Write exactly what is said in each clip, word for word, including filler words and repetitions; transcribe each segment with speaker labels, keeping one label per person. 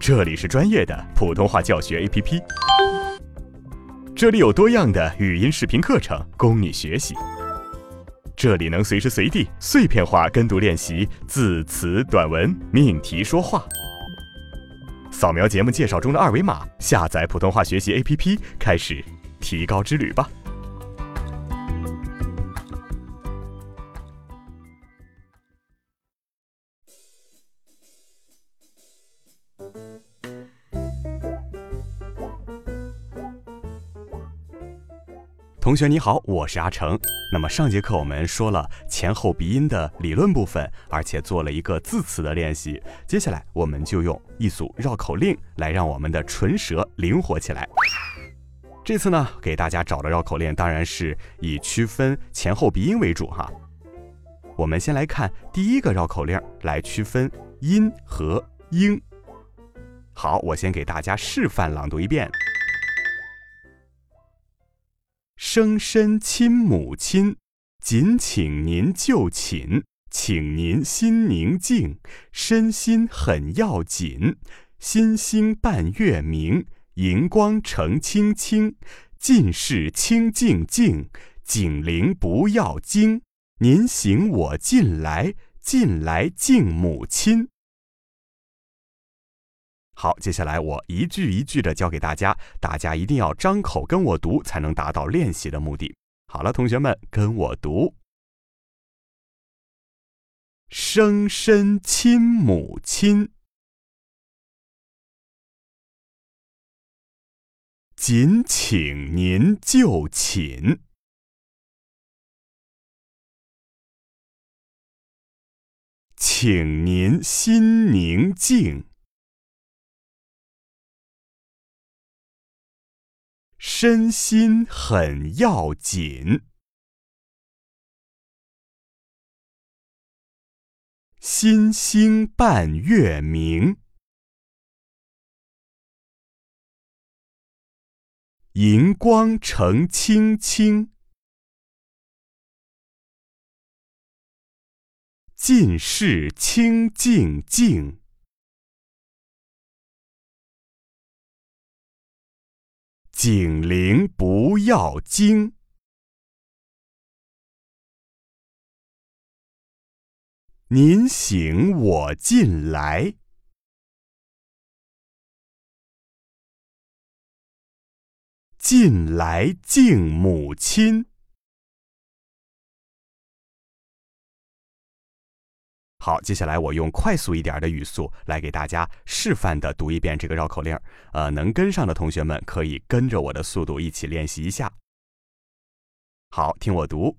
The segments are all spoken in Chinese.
Speaker 1: 这里是专业的普通话教学 A P P， 这里有多样的语音视频课程供你学习，这里能随时随地碎片化跟读练习字词短文命题说话。扫描节目介绍中的二维码，下载普通话学习 A P P， 开始提高之旅吧。同学你好，我是阿成。那么上节课我们说了前后鼻音的理论部分，而且做了一个字词的练习。接下来我们就用一组绕口令来让我们的唇舌灵活起来。这次呢，给大家找的绕口令当然是以区分前后鼻音为主哈。我们先来看第一个绕口令，来区分音和英。好，我先给大家示范朗读一遍。生身亲母亲，谨请您就寝，请您心宁静，身心很要紧。星星伴月明，荧光澄清清，尽是清静静，警铃不要惊。您行我进来，进来敬母亲。好，接下来我一句一句的教给大家，大家一定要张口跟我读，才能达到练习的目的。好了，同学们跟我读。生身亲母亲，谨请您就寝，请您心宁静，身心很要紧，星星伴月明，荧光澄清清，尽是清静静，警铃不要惊。您醒我进来，进来敬母亲。好，接下来我用快速一点的语速来给大家示范的读一遍这个绕口令。呃，能跟上的同学们可以跟着我的速度一起练习一下。好，听我读。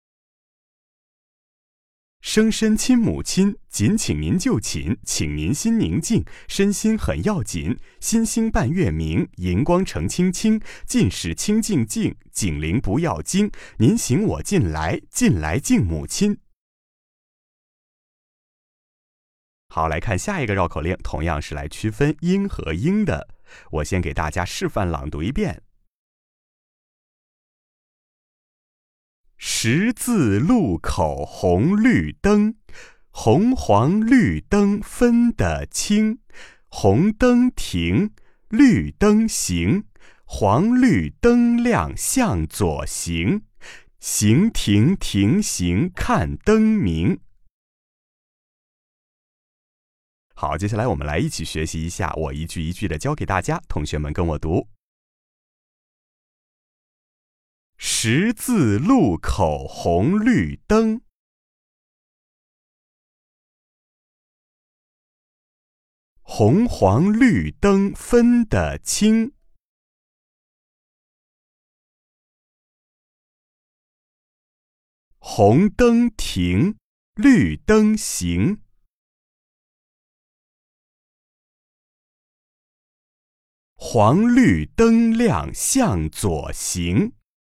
Speaker 1: 生身亲母亲，谨请您就寝，请您心宁静，身心很要紧。星星伴月明，荧光澄清清，尽是清静静，警铃不要惊。您醒我进来，进来敬母亲。好，来看下一个绕口令，同样是来区分音和英的。我先给大家示范朗读一遍。十字路口红绿灯，红黄绿灯分得清，红灯停，绿灯行，黄绿灯亮向左行，行停停行看灯明。好，接下来我们来一起学习一下，我一句一句的教给大家，同学们跟我读。十字路口红绿灯，红黄绿灯分得清，红灯停，绿灯行，黄绿灯亮向左行。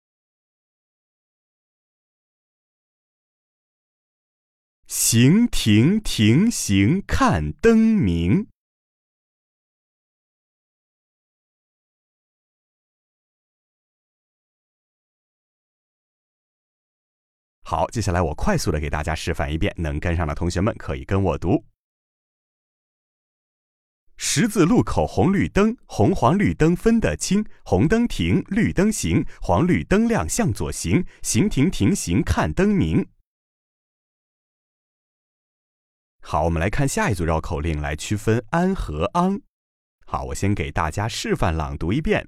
Speaker 1: 行停停行看灯明。好，接下来我快速的给大家示范一遍，能跟上的同学们可以跟我读。 十字路口红绿灯，红黄绿灯分得清，红灯停，绿灯行，黄绿灯亮向左行，行停停行看灯明。好，我们来看下一组绕口令，来区分安和昂。好，我先给大家示范朗读一遍。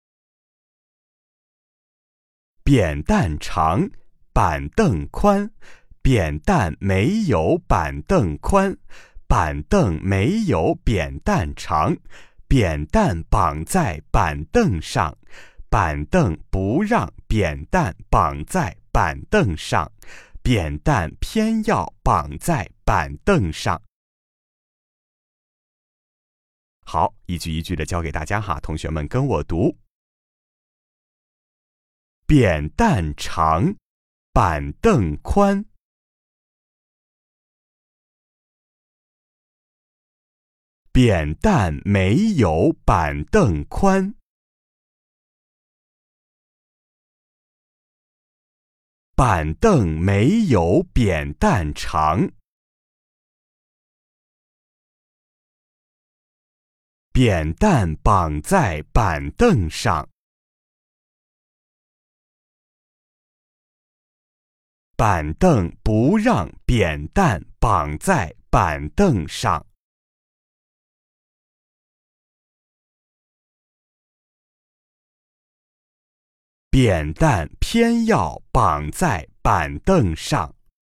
Speaker 1: 扁担长，板凳宽，扁担没有板凳宽，板凳没有扁担长，扁担绑在板凳上，板凳不让扁担绑在板凳上，扁担偏要绑在板凳上。好，一句一句的教给大家哈，同学们跟我读。扁担长，板凳宽，扁担没有板凳宽，板凳没有扁担长，扁担绑在板凳上，板凳不让扁担绑在板凳上。扁担偏要绑在板凳上。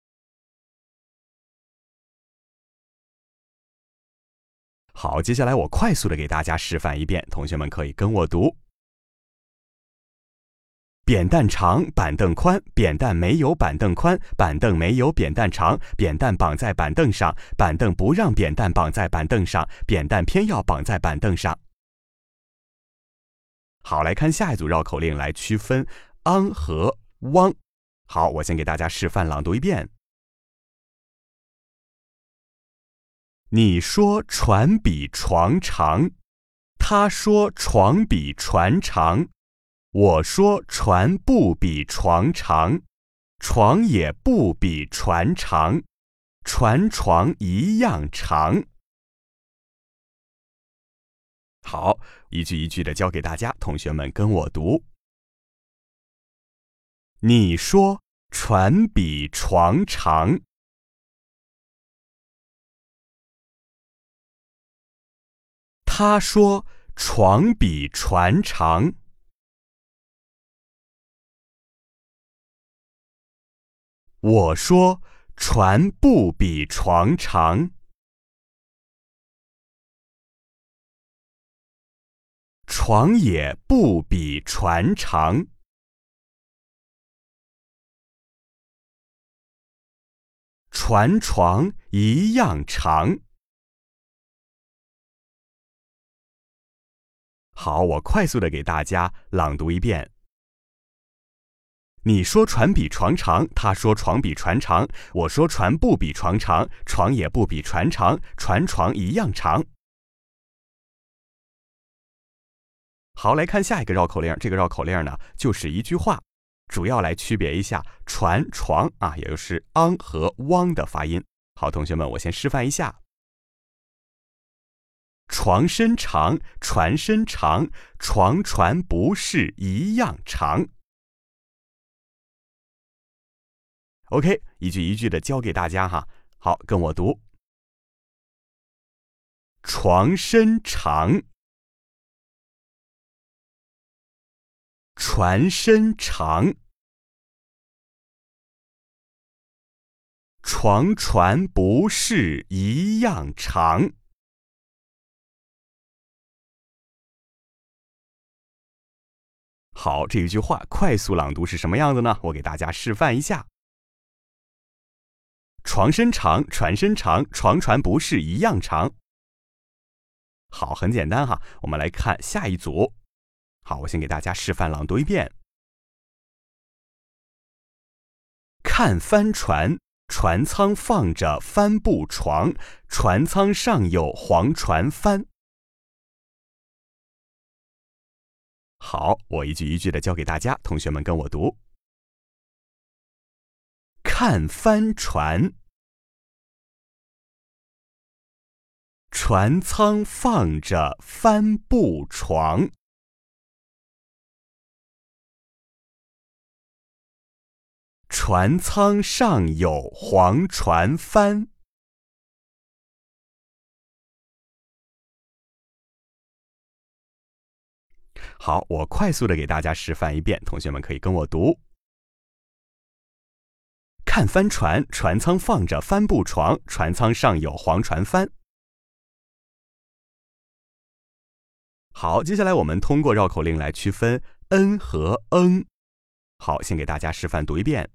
Speaker 1: 好，接下来我快速的给大家示范一遍，同学们可以跟我读。扁担长，板凳宽，扁担没有板凳宽，板凳没有扁担长，扁担绑在板凳上，板凳不让扁担绑在板凳上，扁担偏要绑在板凳上。好，来看下一组绕口令，来区分昂和汪。好，我先给大家示范朗读一遍。你说船比床长，他说床比船长，我说船不比床长，床也不比船长，船床一样长。好，一句一句的教给大家，同学们跟我读。你说船比床长，他说床比船长，我说船不比床长，床也不比船长，船床一样长。好，我快速的给大家朗读一遍。你说船比床长，他说床比船长，我说船不比床长，床也不比船长，船床一样长。好，来看下一个绕口令，这个绕口令呢，就是一句话，主要来区别一下船、床啊，也就是昂和汪的发音。好，同学们，我先示范一下。床身长，船身长，床船不是一样长。OK， 一句一句的教给大家哈。好，跟我读。床身长，船身长，床船不是一样长。好，这一句话快速朗读是什么样子呢？我给大家示范一下。床身长，船身长，床船不是一样长。好，很简单哈。我们来看下一组。好，我先给大家示范朗读一遍。看帆船，船舱放着帆布床，船舱上有黄船帆。好，我一句一句的教给大家，同学们跟我读。看帆船， 船舱放着帆布床。船舱上有黄船帆。好，我快速的给大家示范一遍，同学们可以跟我读。看帆船，船舱放着帆布床，船舱上有黄船帆。好，接下来我们通过绕口令来区分嗯和嗯。好，先给大家示范读一遍。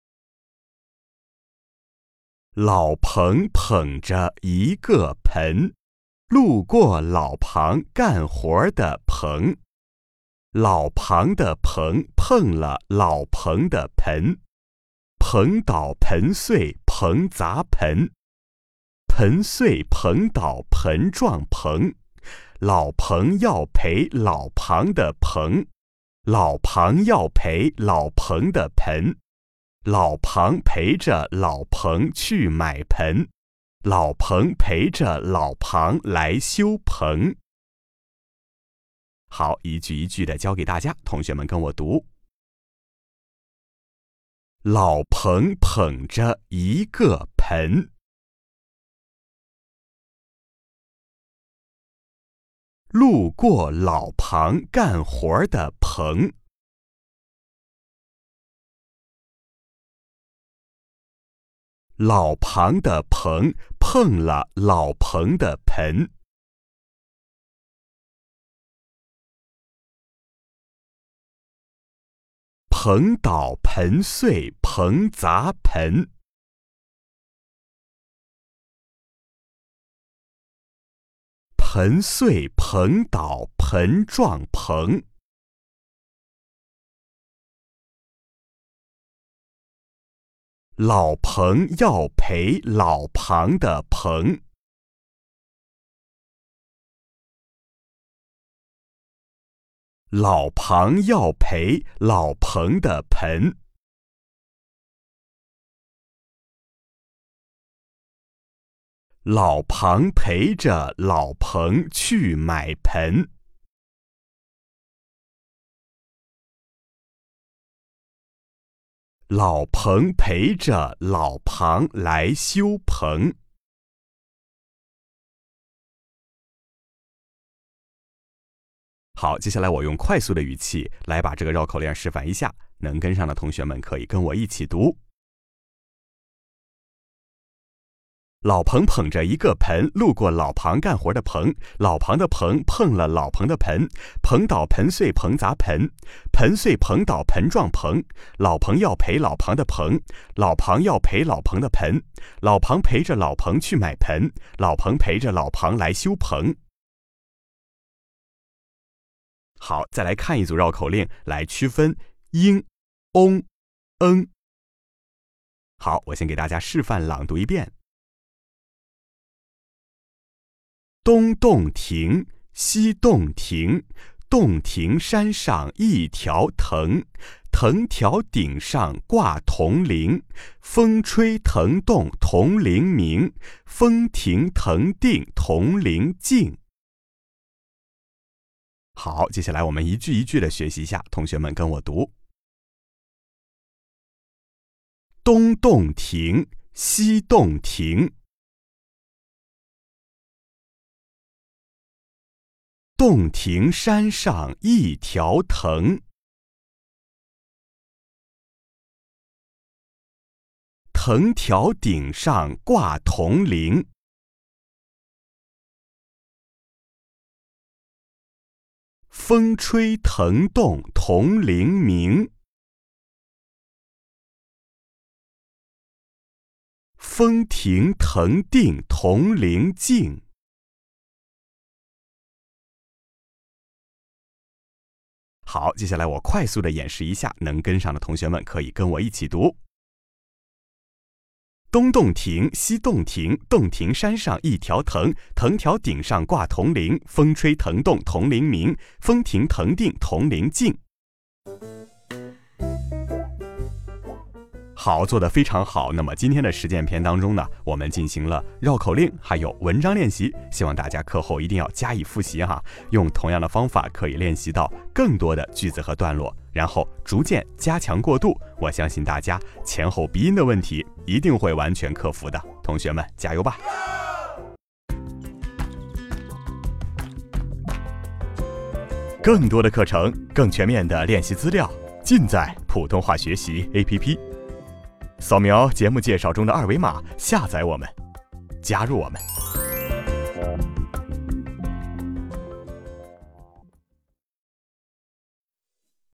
Speaker 1: 老彭捧着一个盆，路过老庞干活的棚。老庞的棚碰了老彭的盆，盆倒盆碎盆砸盆，盆碎盆倒盆撞棚。老彭要赔老庞的棚，老庞要赔老彭的盆，老庞陪着老彭去买盆，老彭陪着老庞来修棚。好，一句一句的教给大家，同学们跟我读。老彭捧着一个盆，路过老庞干活的棚。老庞的棚碰了老彭的盆。盆倒盆碎盆砸盆，盆碎盆倒盆撞棚。老彭要赔老庞的棚，老庞要赔老彭的盆，老庞陪着老彭去买盆，老彭陪着老庞来修棚。好，接下来我用快速的语气来把这个绕口令示范一下，能跟上的同学们可以跟我一起读。老彭捧着一个盆，路过老庞干活的棚，老庞的棚碰了老彭的盆，盆倒盆碎盆砸盆，盆碎盆倒盆撞棚。老彭要赔老庞的棚，老庞要赔老彭的盆，老庞陪着老彭去买盆，老彭陪着老庞来修棚。好，再来看一组绕口令来区分应、翁、嗯。好，我先给大家示范朗读一遍。东洞庭，西洞庭，洞庭山上一条藤，藤条顶上挂铜铃，风吹藤动铜铃鸣，风停藤定铜铃静。好，接下来我们一句一句的学习一下，同学们跟我读。东洞庭，西洞庭，洞庭山上一条藤，藤条顶上挂铜铃，风吹藤动铜铃鸣，风停藤定铜铃静。好，接下来我快速的演示一下，能跟上的同学们可以跟我一起读。东洞庭，西洞庭，洞庭山上一条藤，藤条顶上挂铜铃，风吹藤动铜铃鸣，风停藤定铜铃静。 好，做得非常好。那么今天的实践篇当中呢，我们进行了绕口令还有文章练习，希望大家课后一定要加以复习哈。用同样的方法可以练习到更多的句子和段落，然后逐渐加强过渡。我相信大家前后鼻音的问题一定会完全克服的。同学们加油吧！更多的课程，更全面的练习资料，尽在普通话学习 A P P。扫描节目介绍中的二维码，下载我们，加入我们。